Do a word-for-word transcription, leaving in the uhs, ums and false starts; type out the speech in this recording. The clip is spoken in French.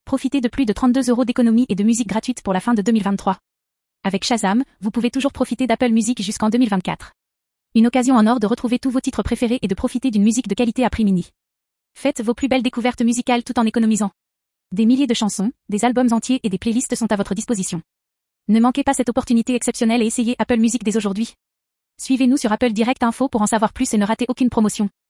Profitez de plus de trente-deux euros d'économie et de musique gratuite pour la fin de deux mille vingt-trois. Avec Shazam, vous pouvez toujours profiter d'Apple Music jusqu'en deux mille vingt-quatre. Une occasion en or de retrouver tous vos titres préférés et de profiter d'une musique de qualité à prix mini. Faites vos plus belles découvertes musicales tout en économisant. Des milliers de chansons, des albums entiers et des playlists sont à votre disposition. Ne manquez pas cette opportunité exceptionnelle et essayez Apple Music dès aujourd'hui. Suivez-nous sur Apple Direct Info pour en savoir plus et ne ratez aucune promotion.